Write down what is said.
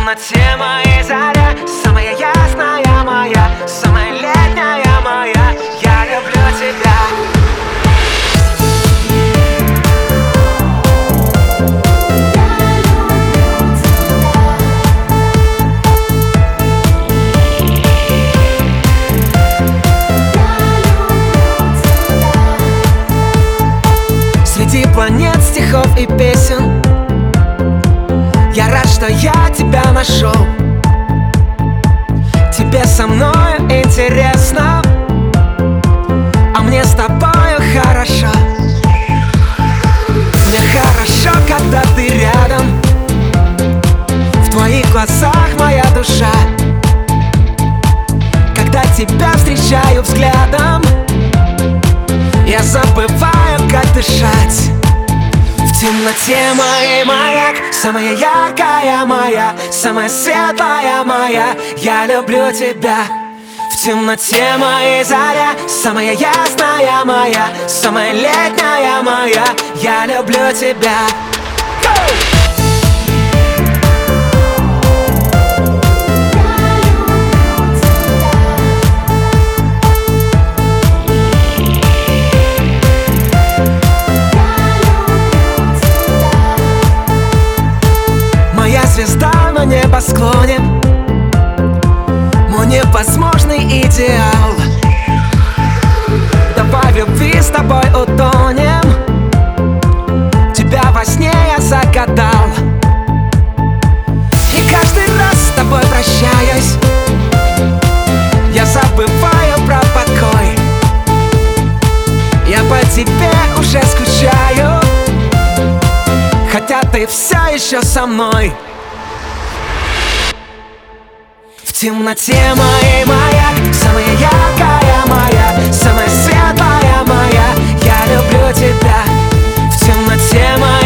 темноте моей заря, самая ясная моя, самая летняя моя, я люблю тебя. Среди планет, стихов и песен я рад, что я тебя нашел. Тебе со мною интересно, а мне с тобою хорошо. Мне хорошо, когда ты рядом, в твоих глазах моя душа. Когда тебя встречаю взглядом, я забываю, как дышать. В темноте моей маяк, самая яркая моя, самая светлая моя, я люблю тебя. В темноте моей заря, самая ясная моя, самая летняя моя, я люблю тебя. Звезда на небосклоне, мой невозможный идеал. Давай в любви с тобой утонем, тебя во сне я загадал. И каждый раз с тобой прощаюсь, я забываю про покой. Я по тебе уже скучаю, хотя ты все еще со мной. В темноте моей маяк, самая яркая моя, самая светлая моя, я люблю тебя. В темноте моей